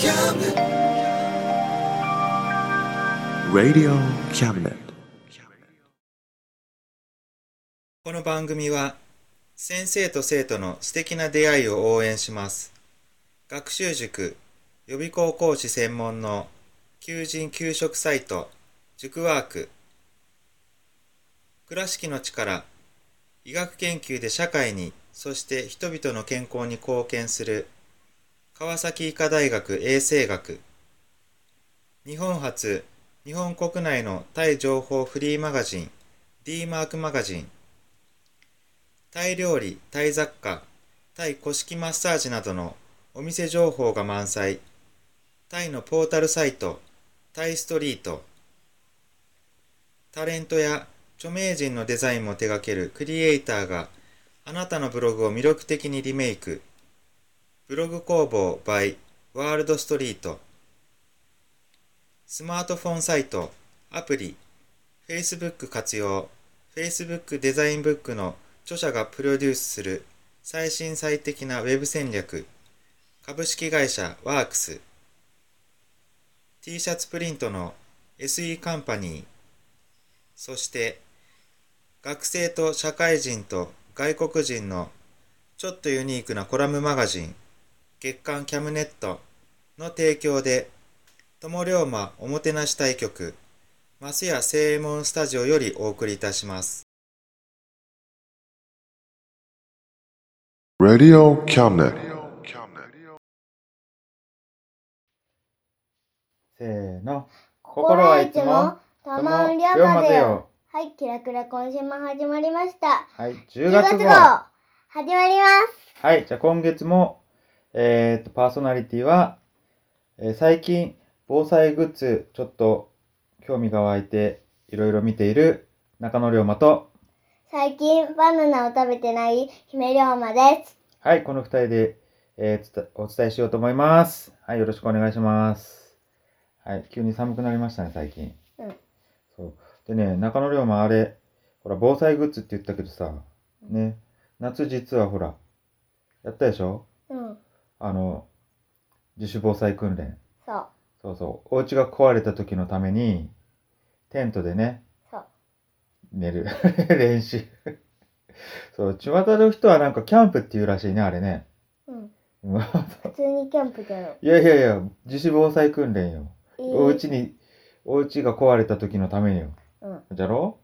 Radio Cabinet。 この番組は先生と生徒の素敵な出会いを応援します。学習塾予備校講師専門の求人・求職サイト塾ワーク。倉敷の力、医学研究で社会に、そして人々の健康に貢献する川崎医科大学衛生学。日本初、日本国内のタイ情報フリーマガジン D マークマガジン。タイ料理、タイ雑貨、タイ古式マッサージなどのお店情報が満載。タイのポータルサイト、タイストリート。タレントや著名人のデザインも手掛けるクリエイターがあなたのブログを魅力的にリメイク。ブログ工房 by ワールドストリート。スマートフォンサイト、アプリ、Facebook 活用、Facebook デザインブックの著者がプロデュースする最新最適なウェブ戦略。株式会社ワークス。T シャツプリントの SE カンパニー。そして学生と社会人と外国人のちょっとユニークなコラムマガジン月刊キャムネットの提供で友龍馬おもてなし対局増屋正右衛門スタジオよりお送りいたします。 Radio Cabinet。 せーの。 心はいつも玉龍馬でよ。 ははい、キラキラ今週も始まりました。 い、10 10 月号。 月号始まります。 はい、じゃあ今月も、パーソナリティは、最近防災グッズちょっと興味が湧いていろいろ見ている中野龍馬と、 最近バナナを食べてない姫龍馬です。 はい、この2人で、お伝えしようと思います。はい、よろしくお願いします。はい、急に寒くなりましたね、最近。そうでね、中野龍馬あれ、ほら、防災グッズって言ったけどさ、ね、夏実はほら、やったでしょ？自主防災訓練。そうそう。お家が壊れた時のために、テントでね、寝る練習。そう、巷の人はなんかキャンプっていうらしいね、あれね。 普通にキャンプだよ。 いや、自主防災訓練よ。お家が壊れた時のためによ。じゃろ？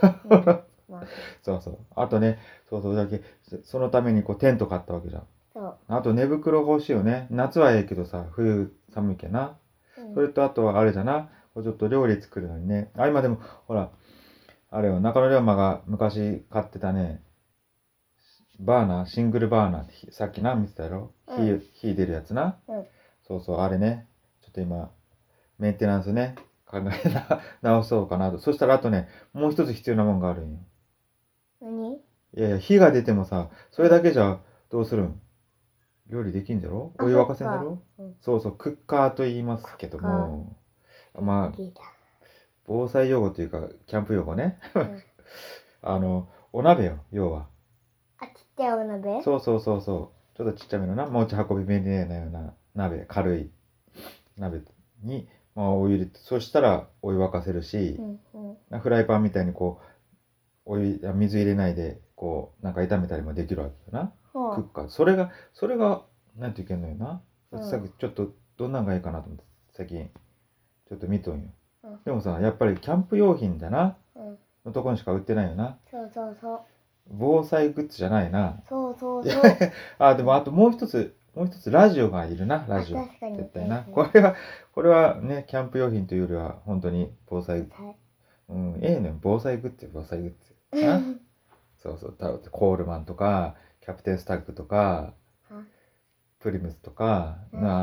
そうそう。あとね、そのためにこうテント買ったわけじゃん。あと寝袋欲しいよね。夏はええけどさ、冬寒いけな。それとあとはあれじゃな。ちょっと料理作るのにね。今でも、ほら、あれよ、中野龍馬が昔買ってたね、シングルバーナーってさっき見てたやろ？火出るやつな。そうそう、あれね。ちょっと今、メンテナンスね、考え直そうかなと。そしたらあとね、もう一つ必要なもんがあるんよ。 何？ いや、火が出てもさ、それだけじゃどうするん？料理できんじゃろ？お湯沸かせんだろ？そうそう、クッカーと言いますけども、まあ、防災用語というか、キャンプ用語ね。お鍋よ、要は。 ちっちゃいお鍋？ そう。ちょっとちっちゃめのな、持ち運び便利なような鍋、軽い鍋に、お湯入れて、そしたらお湯沸かせるし、フライパンみたいにこう、水入れないで、こう、なんか炒めたりもできるわけよな。クッカー。それが、なんていけんのよな。さっきちょっとどんなんがいいかなと思って、最近、ちょっと見とんよ。でもさ、やっぱりキャンプ用品だな。のとこにしか売ってないよな。 そう。 防災グッズじゃないな。 そう。 でもあともう一つラジオがいるな、ラジオ。 確かに。 絶対な。これはね、キャンプ用品というよりは、本当に防災、防災グッズ。なそう。コールマンとか、キャプテンスタッグとか、プリムスとか、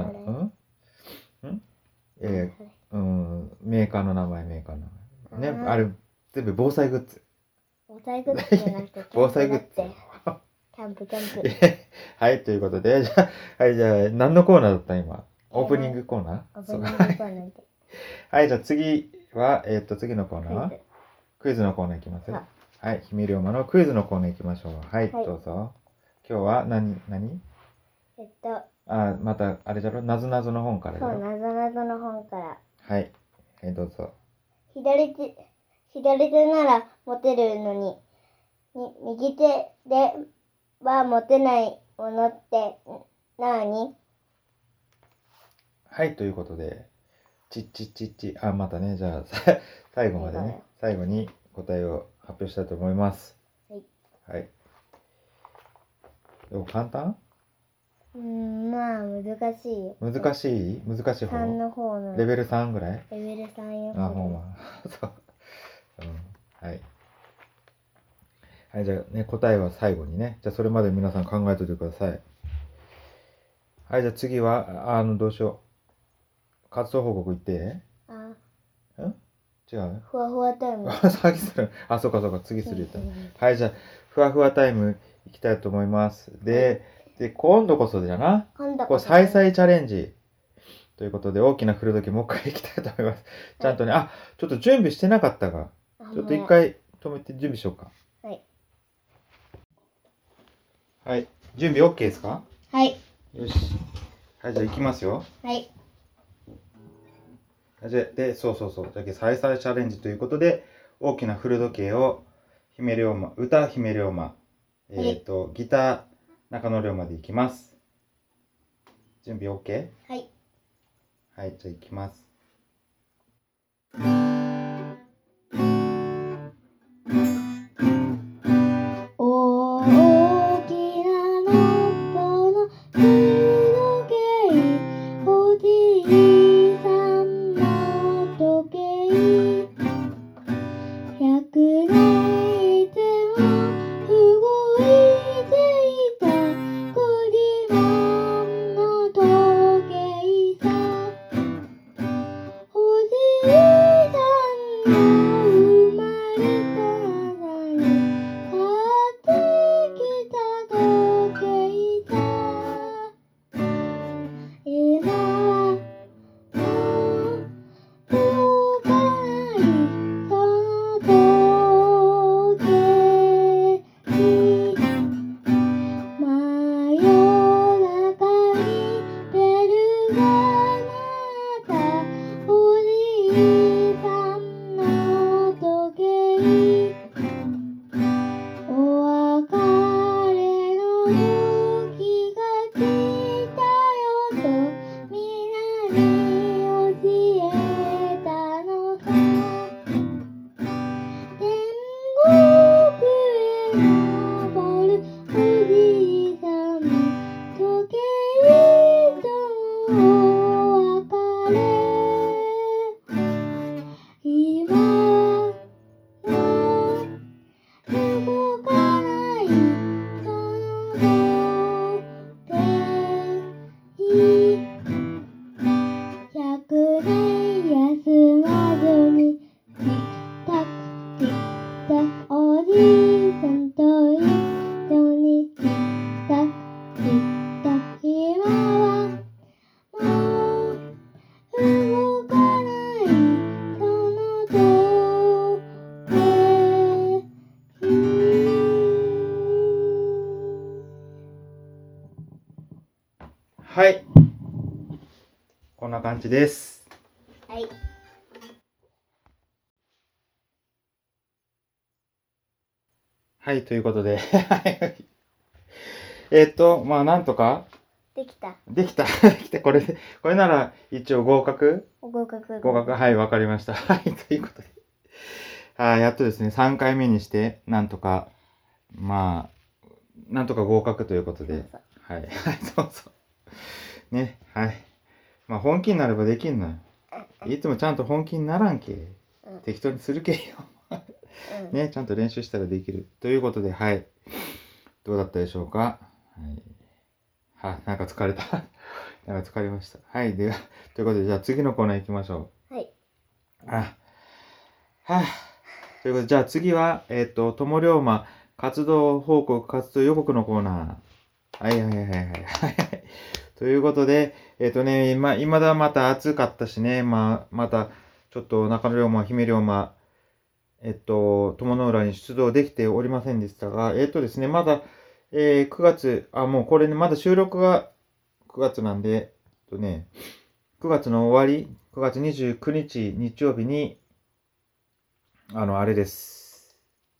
メーカーの名前。ね、あれ、全部防災グッズ。 防災グッズじゃなくて、 防災グッズ。 キャンプ。 はい、ということで、じゃあ、何のコーナーだった今？オープニングコーナー？はい、じゃあ次は、次のコーナーはクイズのコーナーいきますよ。はい、姫龍馬のクイズのコーナーいきましょう。はい、どうぞ。今日は何？ また、あれだろ、なぞなぞの本からだそう、 ろ。 なぞなぞの本から。 はい。どうぞ。 左手なら持てるのに、右手では持てないものって何？ はい、ということで、またね、じゃあ、最後までね、最後に答えを発表したいと思います。 はい。 はい。でも簡単？ まあ、難しいよ。 難しい方 3の方の。 レベル3ぐらい？ レベル3よ。 ほんま。そう。はい。はい、じゃあね、答えは最後にね。じゃあ、それまで皆さん考えておいてください。はい、じゃあ次は、どうしよう。活動報告言って。違う？ ふわふわタイム。 先する。そうか、次する言った。はい、じゃあ、ふわふわタイムいきたいと思います。で、今度こそじゃな。これ、再々チャレンジ。ということで、大きな古時計もう一回いきたいと思います。ちゃんとね、ちょっと準備してなかったが、ちょっと一回止めて準備しようか。 はい。 はい。準備 OK ですか？ はい。 よし。はい、じゃあ行きますよ。 はい。 で、そう。だけ再々チャレンジということで、大きな古時計を歌姫龍馬、ギター中野龍馬でいきます。準備 OK？ はい。 はい、じゃあ行きます。はい。こんな感じです。 はい。 はい、ということで。なんとかできた。 これなら一応合格。はい、わかりました。はい、ということで。やっとですね、3回目にして、なんとか合格ということで。はい。そう。ね、はい。本気になればできんのよ。いつもちゃんと本気にならんけ。適当にするけよ。ね、ちゃんと練習したらできる。ということで、はい。どうだったでしょうか。はい。なんか疲れた。なんか疲れました。はい。では、ということで、じゃあ次のコーナー行きましょう。はい。 ということで、じゃあ次は、友龍馬活動報告、活動予告のコーナー。はい。ということで、今だまた暑かったしね、また、ちょっと中野龍馬、姫龍馬、友の浦に出動できておりませんでしたが、ですね、まだ、9月、もうこれね、まだ収録が9 9月なんで、9月の終わり、9月29日日曜日に、あれです。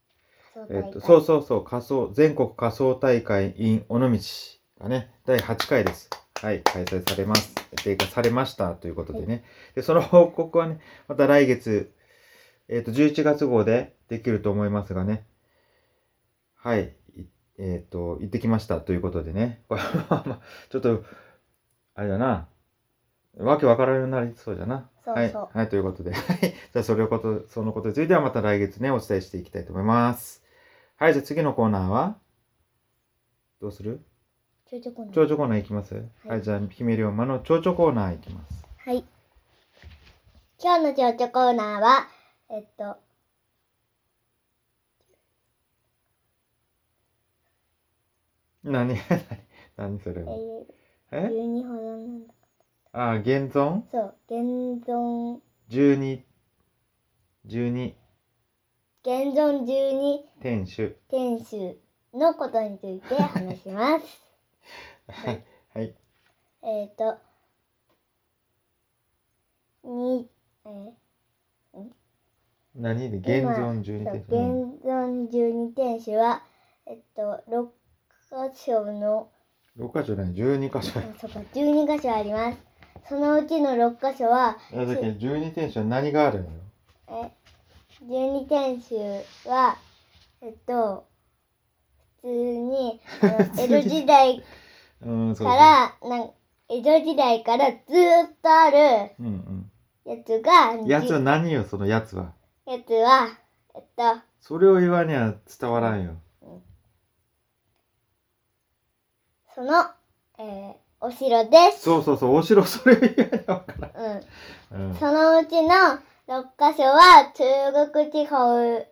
全国仮装大会 in 尾道がね、第8回です。はい、開催されます。されましたということでね。で、その報告はね、また来月、11月号でできると思いますがね。はい、行ってきましたということでね。これちょっと、あれだな。わけわからなくなりそうじゃな。 そう。 はい、ということで。じゃあ、そのことについてはまた来月ね、お伝えしていきたいと思います。はい、じゃあ次のコーナーはどうする？ 蝶々コーナー。 蝶々コーナーいきます？はい、じゃあ、姫龍馬の蝶々コーナーいきます。 はい。今日の蝶々コーナーは、 何それ？ 12ほどなんだ。 現存？ そう、現存。 12。 現存12 天守のことについて話します。 はい。何で現存12天守？ 現存12天守は、6箇所の 6箇所ない、12箇所。 そうか、12箇所あります。そのうちの6箇所は、 だけど12天守は何があるの ？12天守は、普通に、江戸時代から江戸時代からずっとあるやつが、 やつは何よ、そのやつは。それを言わには伝わらんよ。 その、お城です。 そう、お城、それを言わには分からん。 そのうちの6カ所は中国地方、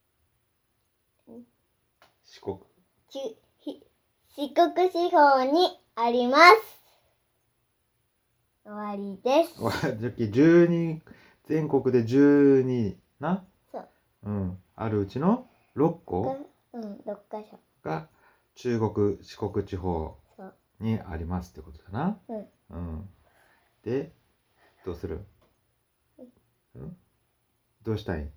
四国地方にあります。終わりです。 全国で12な。 そう。 あるうちの6個 6カ所が中国四国地方にありますってことだな。で、どうする？どうしたい？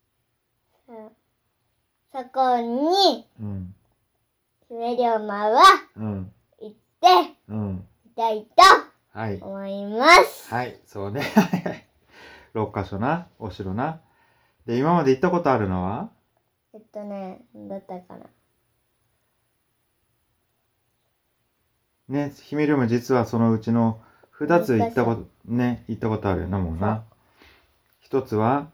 そこに、姫龍馬は行ってみたいと思います。 はい、そうね。6カ所な、お城な。で、今まで行ったことあるのは？ だったかな。 ね、姫龍馬実はそのうちの2つ行ったことあるよな、もうな。1つは、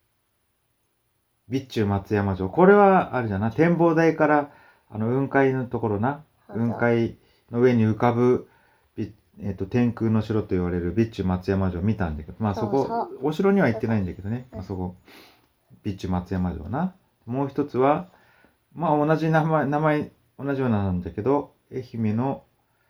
備中松山城。これは、あれじゃな、展望台から、雲海のところな。雲海の上に浮かぶ、天空の城と言われる備中松山城を見たんだけど、そこ、お城には行ってないんだけどね。そこ、備中松山城な。もう一つは、同じ名前、同じようななんだけど、愛媛の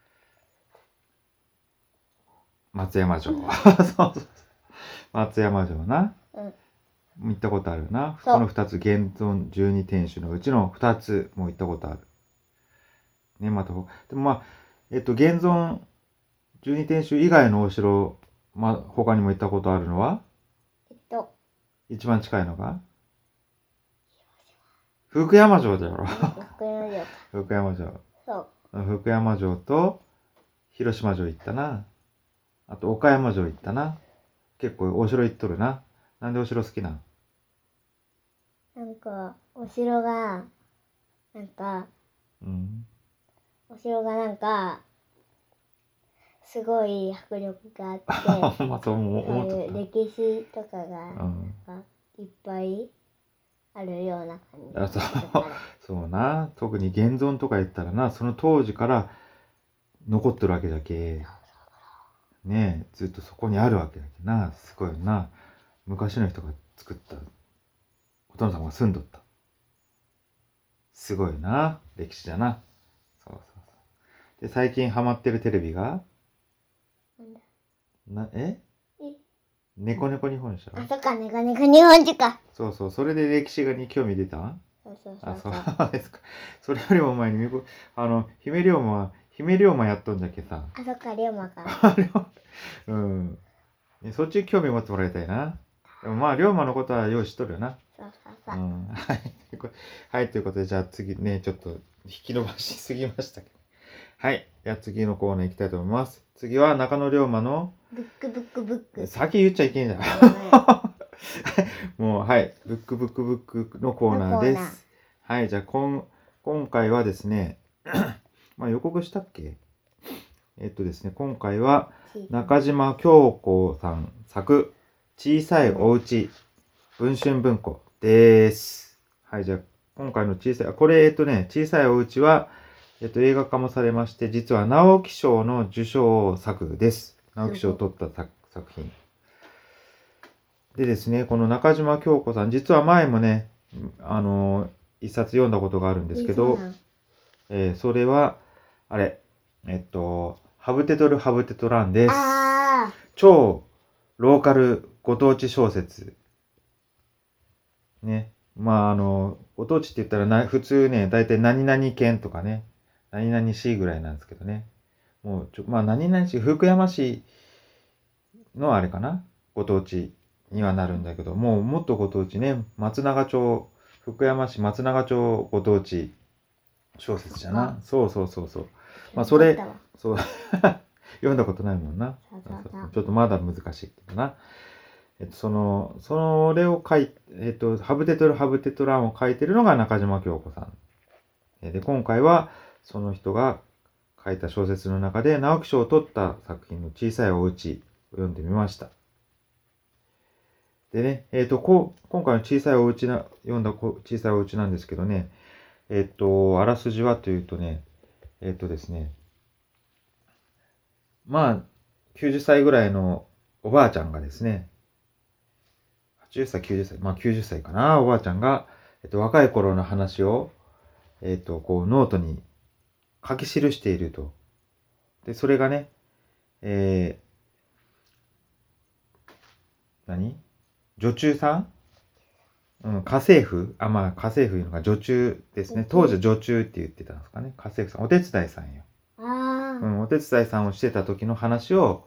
松山城。そう。松山城な。行ったことあるな。この2つ、現存12天守のうちの2つも行ったことある。ね、でも現存12天守以外のお城、他にも行ったことあるのは？一番近いのが福山城だよ。福山城。福山城と広島城行ったな。あと岡山城行ったな。結構お城行っとるな。なんでお城好きなん？ お城がすごい迫力があってそういう歴史とかがいっぱいあるような感じ。 そうな。特に現存とか言ったらな、その当時から残ってるわけだけ。ねえ、ずっとそこにあるわけだけな。すごいな。昔の人が作った、お殿様が住んどった。すごいな。歴史だな。そう。で、最近ハマってるテレビが猫猫日本社。 そっか、猫猫日本社か。 そう。それで歴史に興味出た？ そう。 そうですか。それよりも前に、姫龍馬は、 姫龍馬やっとんじゃけさ。 あ、そっか、龍馬か。 うん。そっちに興味持ってもらいたいな。でもまあ、龍馬のことはよう知っとるよな。 そうそうそう。 はい。はい、ということで、じゃあ次ね、ちょっと引き伸ばしすぎましたけど。はい。じゃあ次のコーナー行きたいと思います。次は中野龍馬のブックブックブック。 先言っちゃいけんじゃん。もう、はい。ブックブックブックのコーナーです。はい。じゃあ今回はですね、まあ予告したっけ？ですね、今回は中島京子さん作小さいおうち文春文庫です。はい。じゃあ今回の小さい、これ小さいおうちは映画化もされまして、実は直木賞の受賞作です。直木賞を取った作品。でですね、この中島京子さん、実は前もね、一冊読んだことがあるんですけど、それは、あれ、ハブテトルハブテトランです。超ローカルご当地小説。ね。まあ、ご当地って言ったら普通ね、だいたい何々県とかね、何々市ぐらいなんですけどね。もうまあ、何々市、福山市のあれかな、ご当地にはなるんだけど、もっとご当地ね、松永町、福山市松永町ご当地小説じゃな。そう。まあ、それ、そう、読んだことないもんな。ちょっとまだ難しいけどな。それを書いて、ハブテトルハブテトランを書いてるのが中島京子さん。で、今回はその人が書いた小説の中で直木賞を取った作品の小さいおうちを読んでみました。でね、今回の小さいおうち読んだ小さいおうちなんですけどね、あらすじはというとね、ですね、まあ、90歳ぐらいのおばあちゃんがですね、80歳、90歳、まあ90歳かな、おばあちゃんが、若い頃の話を、こうノートに書き記していると。で、それがね、女中さん、家政婦、まあ家政婦いうのが女中ですね。当時女中って言ってたんですかね。家政婦さん、お手伝いさんよ。お手伝いさんをしてた時の話を、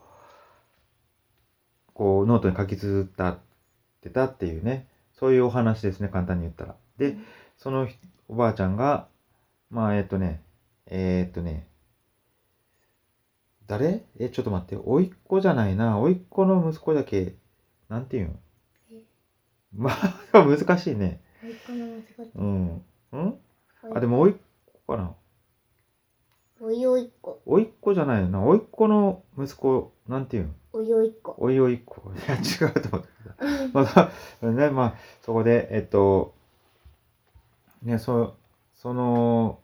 こうノートに書き綴ってたっていうね、そういうお話ですね、簡単に言ったら。で、そのおばあちゃんが、まあ誰？ちょっと待って、甥っ子じゃないな、甥っ子の息子だけ、なんていうの？まあ、難しいね。 甥っ子の息子。 でも甥っ子かな。 甥っ子。 甥っ子じゃないよな。甥っ子の息子、なんていうの？ 甥っ子。 甥っ子。いや、違うと思ってた。ね、まあ、そこで、ね、その、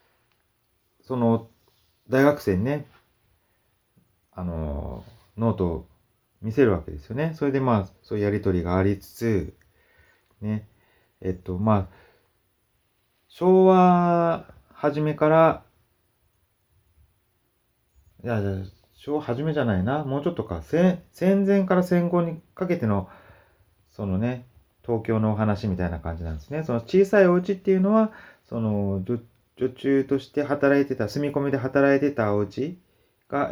大学生にね、ノートを見せるわけですよね。それでまあ、そういうやりとりがありつつ、ね、まあ、昭和初めから、昭和初めじゃないな、もうちょっとか、戦前から戦後にかけての、そのね、東京のお話みたいな感じなんですね。その小さいお家っていうのは、その女中として働いてた、住み込みで働いてたお家が、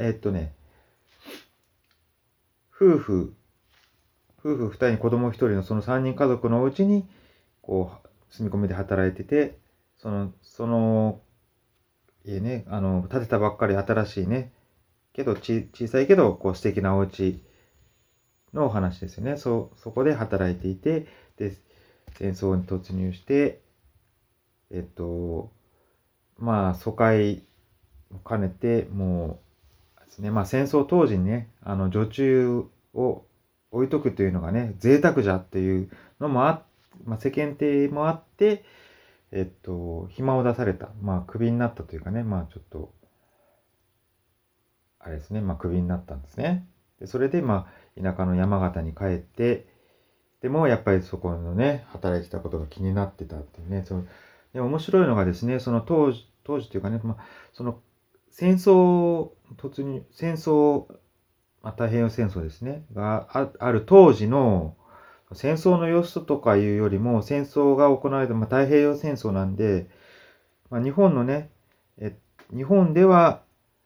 夫婦2人に子供1人のその3人家族のお家に、こう、住み込みで働いてて、その家ね、建てたばっかり新しいね、けど小さいけど、こう素敵なお家のお話ですよね。そこで働いていて、で、戦争に突入して、まあ、疎開を兼ねて、もうですね、まあ戦争当時にね、女中を置いとくというのがね、贅沢じゃっていうのもまあ、世間体もあって、暇を出された。まあ、クビになったというかね、まあちょっと、あれですね、まあクビになったんですね。で、それでまあ、田舎の山形に帰って、でもやっぱりそこのね、働いてたことが気になってたっていうね、で面白いのがですね、その当時というかね、まあ、その戦争、まあ、太平洋戦争ですね、がある当時の戦争の様子とかいうよりも、戦争が行われた、まあ、太平洋戦争なんで、まあ、日本のね、日本では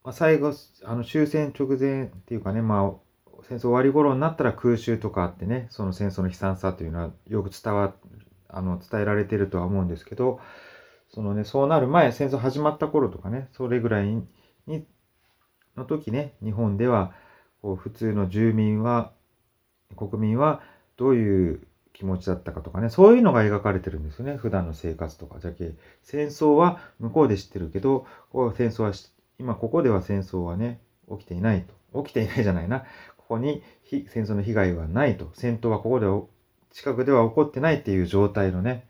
最後終戦直前っていうかね、戦争終わり頃になったら空襲とかあってね、その戦争の悲惨さというのはよく伝えられてるとは思うんですけど、そうなる前、戦争始まった頃とかね、それぐらいの時ね、日本では普通の国民はどういう気持ちだったかとかね、そういうのが描かれてるんですよね、普段の生活とか。じゃけ戦争は向こうで知ってるけど、今ここでは戦争はね、起きていないじゃないな。ここに戦争の被害はないと。戦闘はここで近くでは起こってないっていう状態のね、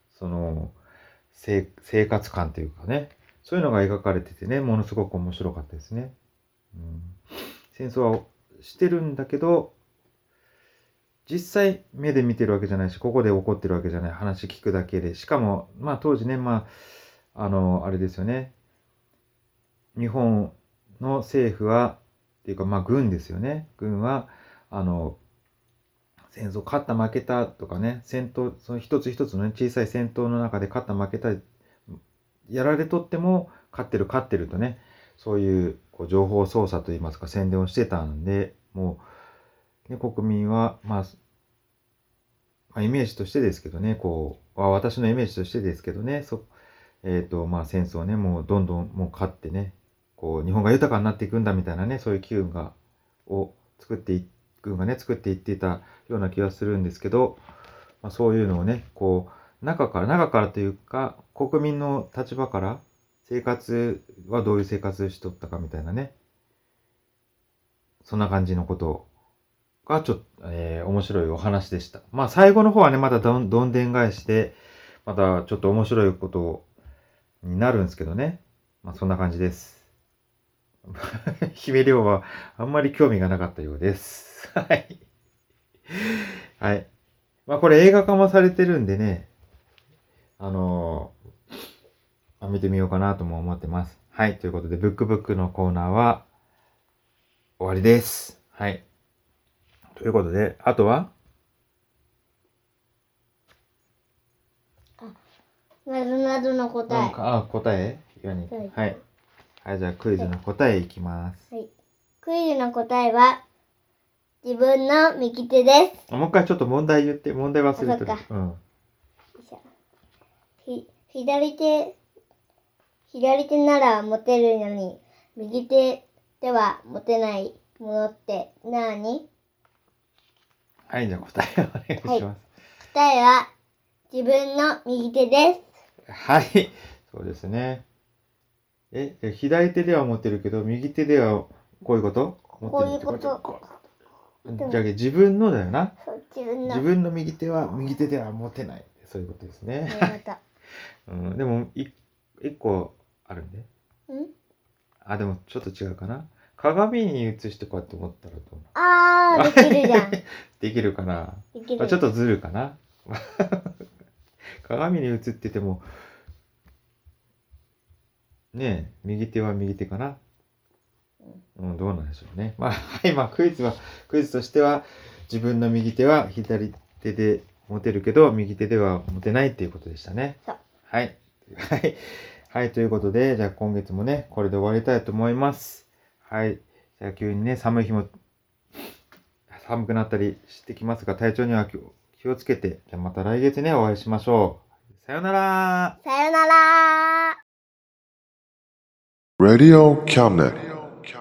生活感というかね、そういうのが描かれててね、ものすごく面白かったですね。戦争はしてるんだけど、実際目で見てるわけじゃないし、ここで起こってるわけじゃない。話聞くだけで。しかも、当時ね、あれですよね。日本の政府は、っていうか軍ですよね。軍は、戦争勝った負けたとかね、戦闘、その一つ一つのね、小さい戦闘の中で勝った負けた、やられとっても勝ってるとね、そういう情報操作といいますか宣伝をしてたんで、もう、ね、国民は、イメージとしてですけどね、私のイメージとしてですけどね、戦争をね、もうどんどんもう勝ってね、日本が豊かになっていくんだみたいなね、そういう機運を作っていっていたような気がするんですけど、そういうのをね、中からというか、国民の立場から生活はどういう生活しとったかみたいなね、そんな感じのことがちょっと、面白いお話でした。最後の方はね、またどんでん返しで、またちょっと面白いことになるんですけどね。そんな感じです。姫亮はあんまり興味がなかったようです。はい。はい。これ映画化もされてるんでね、見てみようかなとも思ってます。はい。ということで、ブックのコーナーは終わりです。はい。ということで、あとはなぞなぞの答え。 答えはい。はい、じゃあクイズの答えいきます。 はい。クイズの答えは、自分の右手です。 もう一回ちょっと問題言って、問題忘れてる。 左手なら持てるのに、右手では持てないものって何？ はい、じゃあ答えをお願いします。はい、 答えは、自分の右手です。 はい、そうですね。左手では持てるけど、右手ではこういうこと？ こういうこと。 じゃあ自分のだよな。 自分の右手は右手では持てない。そういうことですね。でも一個あるんで。でもちょっと違うかな。鏡に映してこうやって持ったらどうできるじゃん。 できるかな。ちょっとずるかな。鏡に映っててもねえ、右手は右手かな。どうなんでしょうね。はい、クイズとしては、自分の右手は左手で持てるけど、右手では持てないっていうことでしたね。はい。はい、ということで、じゃあ今月もね、これで終わりたいと思います。はい。じゃあ急にね、寒い日も寒くなったりしてきますが、体調には気をつけて、じゃあまた来月ね、お会いしましょう。さよなら。 さよなら。 Radio Cabinet。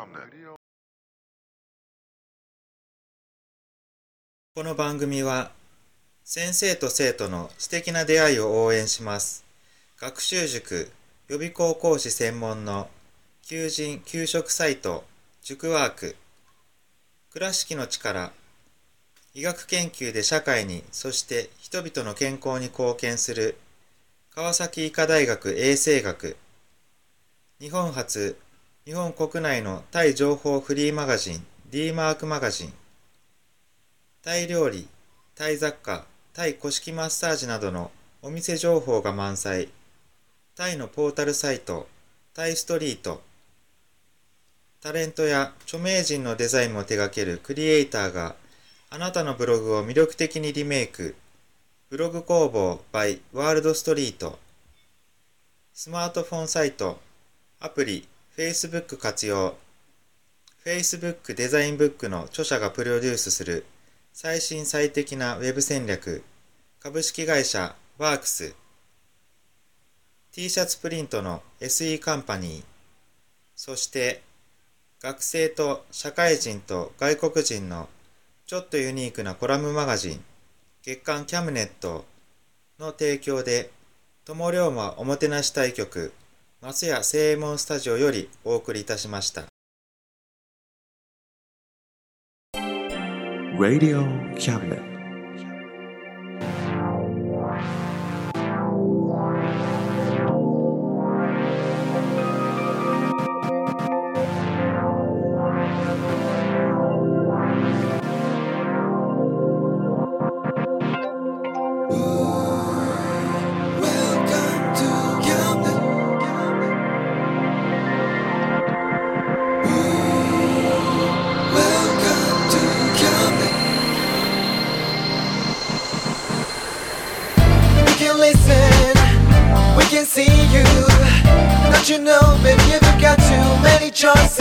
この番組は先生と生徒の素敵な出会いを応援します。学習塾予備校講師専門の求職サイト塾ワーク、倉敷の力、医学研究で社会にそして人々の健康に貢献する川崎医科大学衛生学、日本初日本国内のタイ情報フリーマガジン D マークマガジン、タイ料理、タイ雑貨、タイ古式マッサージなどのお店情報が満載、タイのポータルサイト、タイストリート、タレントや著名人のデザインも手掛けるクリエイターがあなたのブログを魅力的にリメイク、ブログ工房 by ワールドストリート、スマートフォンサイト、アプリ、 Facebook 活用。Facebook デザインブックの著者がプロデュースする最新最適なウェブ戦略。株式会社ワークス。T シャツプリントの SE カンパニー。そして学生と社会人と外国人のちょっとユニークなコラムマガジン月刊キャムネットの提供で友龍馬おもてなし対局増屋正右衛門スタジオよりお送りいたしました。 Radio Cabinet. See you, don't you know, baby, you've got too many choices.